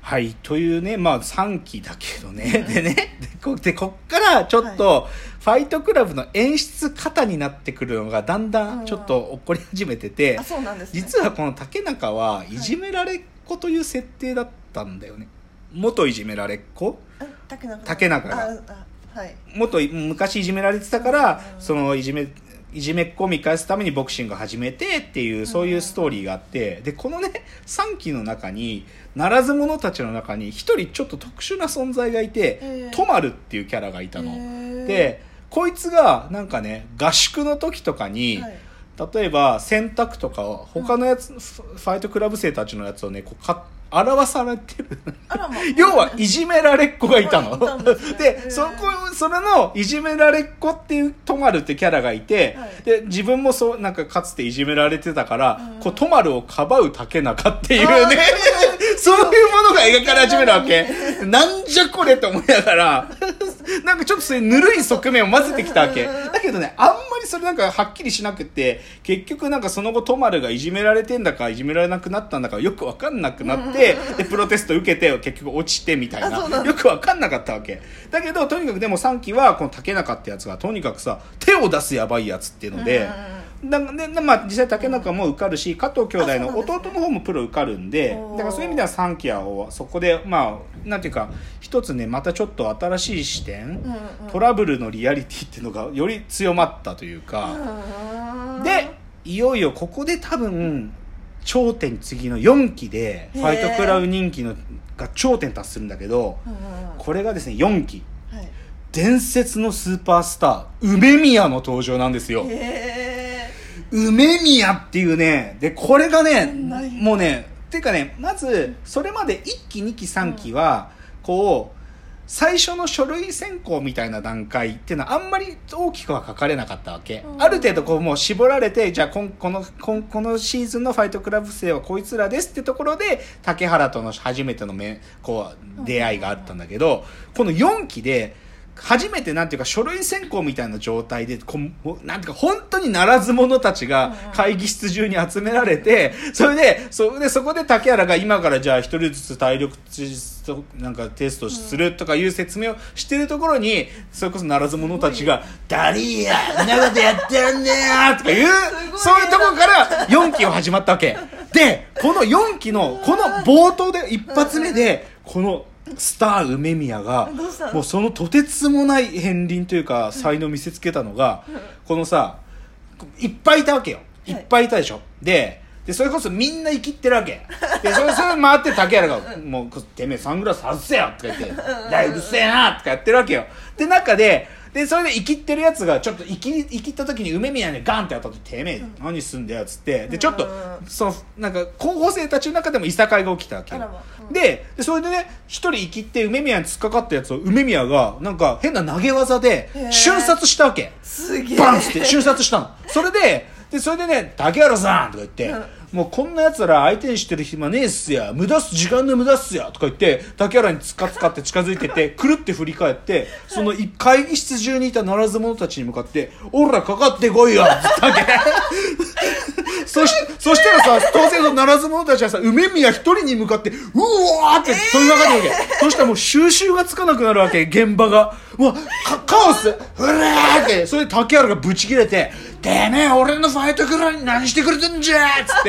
はい、というね、まあ3期だけどね。でね、こっからちょっと、ファイトクラブの演出方になってくるのがだんだんちょっと起こり始めてて、 あ、そうなんですね。 実はこの竹中はいじめられっ子という設定だったんだよね。元いじめられっ子？竹中が。 はい。 昔いじめられてたから、そのいじめっ子を見返すためにボクシングを始めてっていう、そういうストーリーがあって、でこのね3期の中にならず者たちの中に一人ちょっと特殊な存在がいて、トマルっていうキャラがいたの。でこいつがなんかね合宿の時とかに、例えば洗濯とか他のやつ、ファイトクラブ生たちのやつをねこう表されてる要はいじめられっ子がいたのでそれのいじめられっ子っていうトマルってキャラがいて、で自分もそうなんかかつていじめられてたから、こうトマルをかばう竹中っていうねそういうものが描かれ始めるわけ。なんじゃこれと思いながらなんかちょっとそういうぬるい側面を混ぜてきたわけだけどね、あんまりそれなんかはっきりしなくて、結局なんかその後トマルがいじめられてんだかいじめられなくなったんだかよくわかんなくなって、でプロテスト受けて結局落ちてみたいな、よくわかんなかったわけだけど、とにかくでも3期はこの竹中ってやつがとにかくさ手を出すやばいやつっていうので、まあ、実際竹中も受かるし、加藤兄弟の弟の方もプロ受かるんで、だからそういう意味では3期はそこでまあなんていうか一つね、またちょっと新しい視点、トラブルのリアリティっていうのがより強まったというか、でいよいよここで多分頂点、次の4期でファイトクラブ人気のが頂点達するんだけど、これがですね4期、伝説のスーパースター梅宮の登場なんですよ。梅宮っていうね、でこれがねもうねっていうかね、まずそれまで1期2期3期はこう最初の書類選考みたいな段階っていうのはあんまり大きくは書かれなかったわけ。ある程度こうもう絞られて、じゃあこのシーズンのファイトクラブ生はこいつらですってところで竹原との初めてのこう出会いがあったんだけど、この4期で初めてなんていうか書類選考みたいな状態でなんていうか本当にならず者たちが会議室中に集められて、そこで竹原が今からじゃあ一人ずつ体力なんかテストするとかいう説明をしてるところに、それこそならず者たちがダリーやそんなことやってるんだよとかいうそういうところから4期は始まったわけで、この4期のこの冒頭で一発目でこのスター梅宮がもうそのとてつもない片鱗というか才能を見せつけたのが、このさいっぱいいたわけよ。いっぱいいたでしょ。でそれこそみんな生きってるわけで、それ回って竹原がもうてめえサングラス外せよとか言ってだいうるせえなとかやってるわけよ。で中でそれで生きってるやつがちょっと生きった時に梅宮にガンって当たっててめえ何すんだよっつって、でちょっとそのなんか候補生たちの中でもいさかいが起きたわけよ。でそれでね一人生きって梅宮に突っかかったやつを梅宮がなんか変な投げ技で瞬殺したわけ。バンって瞬殺したの。それでね竹原さんとか言って、もうこんなやつら相手にしてる暇ねえっすや、時間の無駄っすやとか言って竹原に使って近づいてってくるって振り返って、その会議室中にいたならず者たちに向かってオラかかってこいよって言ったわけそしたらさ、当然のならず者たちはさ梅宮一人に向かってうわーって飛びかかるわけ。そしたらもう収拾がつかなくなるわけ、現場が。うわカオスふらーって。それで竹原がブチ切れて、てめえ俺のファイトクラブに何してくれてんじゃーっつって、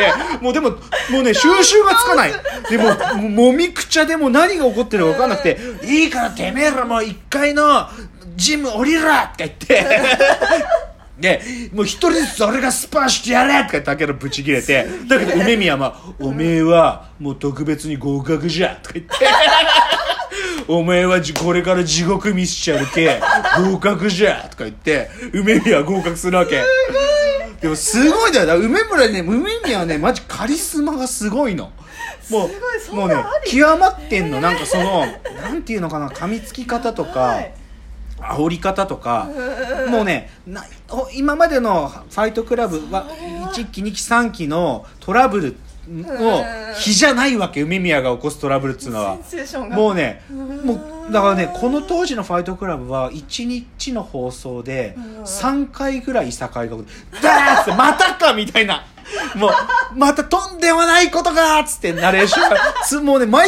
もうね収拾がつかない。でもみくちゃでも何が起こってるか分かんなくて、いいからてめえらもう1階のジム降りろとか言ってでもう一人ずつ俺がスパーしてやれとか言って竹原ブチ切れて、だけど梅宮はおめえはもう特別に合格じゃとか言ってお前はこれから地獄見せちゃうけ合格じゃとか言って梅宮は合格するわけ。でもすごいだよ。梅宮はねマジカリスマがすごいの。もうね極まってんの。なんかそのなんていうのかな、噛みつき方とか、煽り方とか、もうね今までのファイトクラブは1期2期3期のトラブルの比じゃないわけ。梅宮が起こすトラブルっていうのはもうね、もうだからねこの当時のファイトクラブは1日の放送で3回ぐらいいさかいが起こる。ダーッてまたかみたいな、もうまたとんでもないことがっつってナレーションがもうね毎回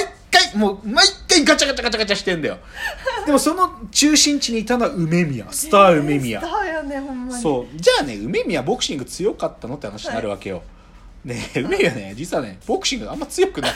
もう毎回ガチャガチャガチャガチャしてんだよ。でもその中心地にいたのは梅宮、スター梅宮。 スターやね、ほんまに。 そうじゃあね、梅宮ボクシング強かったのって話になるわけよ、はい、ね、梅宮ね実はねボクシングあんま強くなか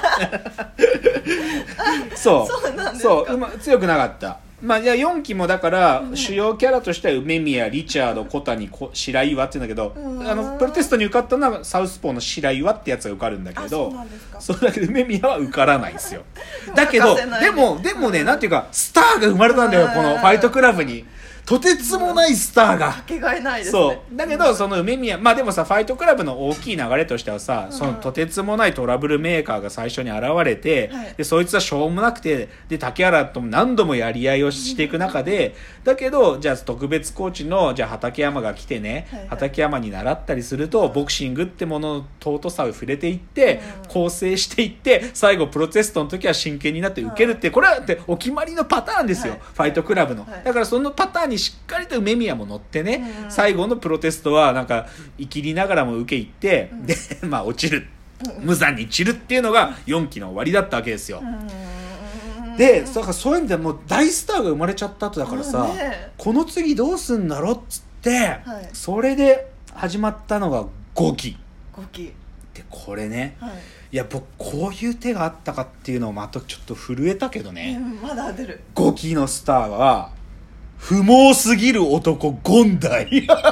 ったそうなんですか。 そう、強くなかった。まあ、じゃあ4期もだから、主要キャラとしては梅宮、リチャード、小谷、白岩って言うんだけど、プロテストに受かったのはサウスポーの白岩ってやつが受かるんだけど、そうだけど梅宮は受からないんですよ。だけどでもね、なんていうかスターが生まれたんだよ、このファイトクラブに。とてつもないスターが、 かけがえないですね。 そうだけど、その梅宮、まあでもさ、ファイトクラブの大きい流れとしてはさ、そのとてつもないトラブルメーカーが最初に現れて、でそいつはしょうもなくて、で竹原とも何度もやり合いをしていく中で、だけどじゃあ特別コーチのじゃあ畠山が来てね、畠山に習ったりすると、ボクシングってものの尊さを触れていって、構成していって、最後プロテストの時は真剣になって受けるって、これはってお決まりのパターンですよ、ファイトクラブの。だからそのパターンにしっかりと梅宮も乗ってね、最後のプロテストはなんか生きりながらも受け入って、でまあ落ちる、無残に散るっていうのが4期の終わりだったわけですよ。でだからそういう意味ではもう大スターが生まれちゃった後だからさ、この次どうすんだろっつって、それで始まったのが5期で、これね、いや僕こういう手があったかっていうのをまたちょっと震えたけどね、 まだ出る。 5期のスターは不毛すぎる男権大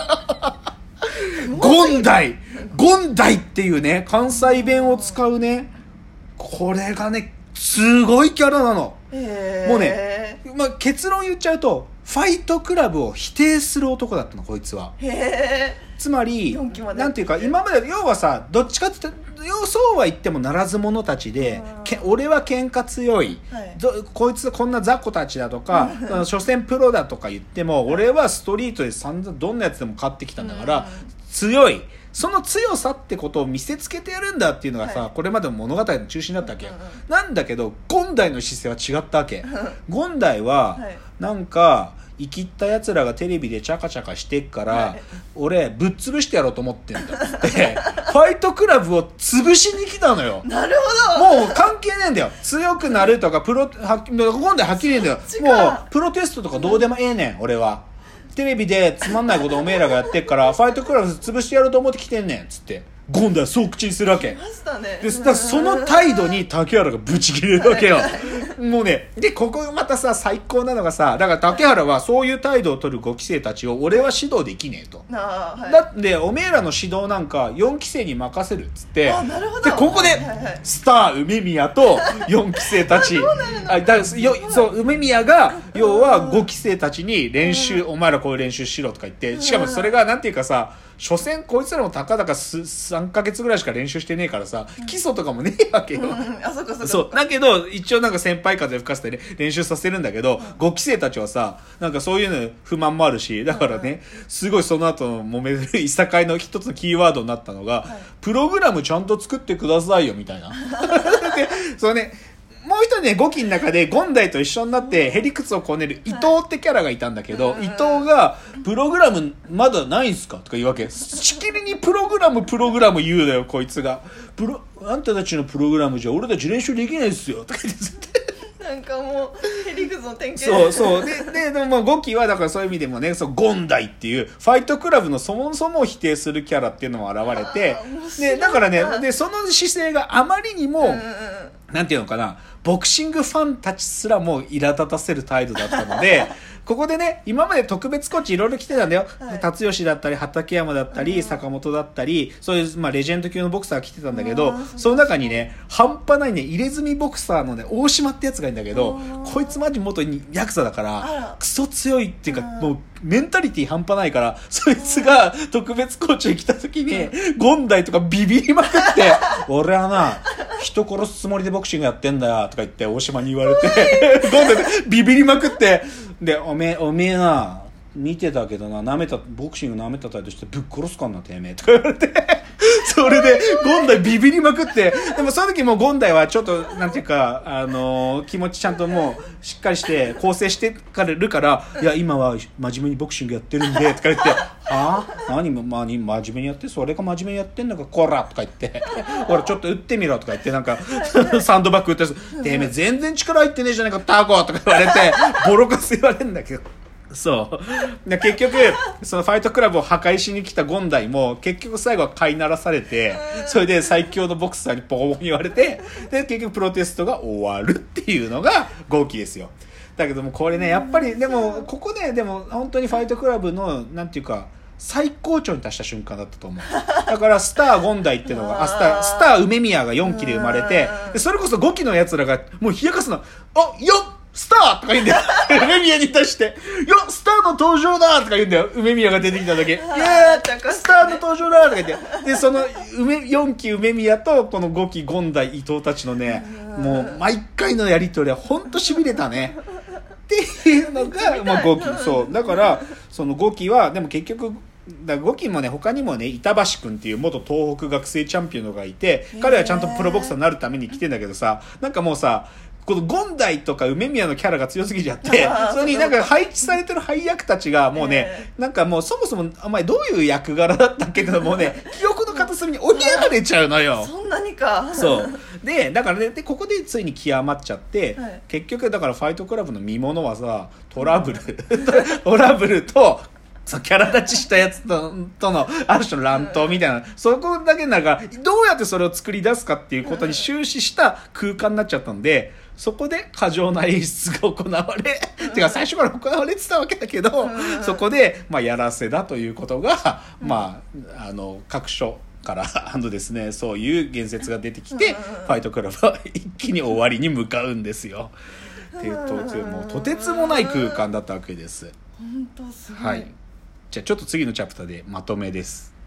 権大っていうね、関西弁を使うね、これがねすごいキャラなの。もうね、まあ、結論言っちゃうとファイトクラブを否定する男だったの、こいつは。つまりなんていうか、今まで要はさ、どっちかって言ったらそうは言ってもならず者たちで、俺は喧嘩強い、こいつこんな雑魚たちだとか所詮プロだとか言っても、俺はストリートで散々どんなやつでも勝ってきたんだから、強い、その強さってことを見せつけてやるんだっていうのがさ、これまでの物語の中心だったわけよ。なんだけど権大の姿勢は違ったわけ。権大はなんか生きったやつらがテレビでチャカチャカしてっから、俺ぶっ潰してやろうと思ってんだっつってファイトクラブを潰しに来たのよ。 なるほど。 もう関係ねえんだよ、強くなるとか今度はっきり言うんだよ。もうプロテストとかどうでもええねん、俺は。テレビでつまんないことおめえらがやってっからファイトクラブ潰してやろうと思って来てんねんっつってゴンダはそう口にするわけで、その態度に竹原がブチ切れるわけよもうね、でここまたさ最高なのがさ、だから竹原はそういう態度を取る5期生たちを俺は指導できねえと、だっておめえらの指導なんか4期生に任せるっつって、でここでスター梅宮と4期生たちそう梅宮が要は5期生たちに練習、お前らこういう練習しろとか言って、しかもそれがなんていうかさ、所詮こいつらもたかだか3ヶ月ぐらいしか練習してねえからさ、基礎とかもねえわけよ、そうだけど一応なんか先輩風吹かせて、ね、練習させるんだけど、5期生たちはさなんかそういうの不満もあるし、だからねすごいその後の揉めるいさかいの一つのキーワードになったのが、プログラムちゃんと作ってくださいよみたいなでそのね、もう一人ね5期の中で権大と一緒になってへりくつをこねる伊藤ってキャラがいたんだけど、伊藤がプログラムまだないんすかとか言うわけ。しきりにプログラム言うだよこいつが。あんたたちのプログラムじゃ俺たち練習できないっすよとか言ってなんかもうへりくつの典型そうでも5期はだからそういう意味でもね、権大っていうファイトクラブのそもそもを否定するキャラっていうのも現れて、でだからね、でその姿勢があまりにも、なんていうのかな、ボクシングファンたちすらも苛立たせる態度だったのでここでね、今まで特別コーチいろいろ来てたんだよ、辰吉だったり畠山だったり坂本だったり、そういう、まあ、レジェンド級のボクサーが来てたんだけど、その中にね半端ないね入れ墨ボクサーのね大島ってやつがいるんだけど、こいつマジ元ヤクザだからクソ強いっていうか、もうメンタリティ半端ないから、そいつが特別コーチに来た時に権大とかビビりまくって俺はな人殺すつもりでボクシングやってんだよとか言って大島に言われて権大でビビりまくって、でおめえな見てたけどな、ボクシング舐めた態度してぶっ殺すかんなてめえとか言われてそれで権大ビビりまくって、でもその時もう権大はちょっとなんていうか気持ちちゃんともうしっかりして構成してるから、いや今は真面目にボクシングやってるんでとか言って何も真面目にやってそれが真面目にやってんのかこらとか言ってほらちょっと打ってみろとか言ってなんかサンドバッグ打っててめえ全然力入ってねえじゃねえかタコとか言われてボロカス言われるんだけどそう結局そのファイトクラブを破壊しに来たゴンダイも結局最後は飼いならされてそれで最強のボクサーにボコボコに言われてで結局プロテストが終わるっていうのが号機ですよ。だけどもこれねやっぱりでもここねでも本当にファイトクラブのなんていうか最高潮に達した瞬間だったと思う。だからスターゴンダイっていうのがスター梅宮が4期で生まれてでそれこそ5期のやつらがもう冷やかすのよっスターとか言うんだよ梅宮に対してよっスターの登場だとか言うんだよ梅宮が出てきた時イエースターの登場だとか言ってでその4期梅宮とこの5期ゴンダイ伊藤たちのねもう毎回のやり取りはほんとしびれたねっていうのが、まあ、5期そうだからその5期はでも結局5期もね他にもね板橋くんっていう元東北学生チャンピオンのがいて彼はちゃんとプロボクサーになるために来てんだけどさなんかもうさこのゴンダイとか梅宮のキャラが強すぎちゃってそれになんか配置されてる配役たちがもうねなんかもうそもそもお前どういう役柄だったっけどもうね記憶の片隅に追いやられちゃうのよそんなにかそうでだからねでここでついに極まっちゃって、 はい、 結局だからファイトクラブの見ものはさトラブルとキャラ立ちしたやつとのある種の乱闘みたいなそこだけなんかどうやってそれを作り出すかっていうことに終始した空間になっちゃったんでそこで過剰な演出が行われてか最初から行われてたわけだけどそこでまあやらせだということがまあ各所からですねそういう言説が出てきてファイトクラブは一気に終わりに向かうんですよっていうもうとてつもない空間だったわけです。 本当すごい、 はい、じゃあちょっと次のチャプターでまとめです。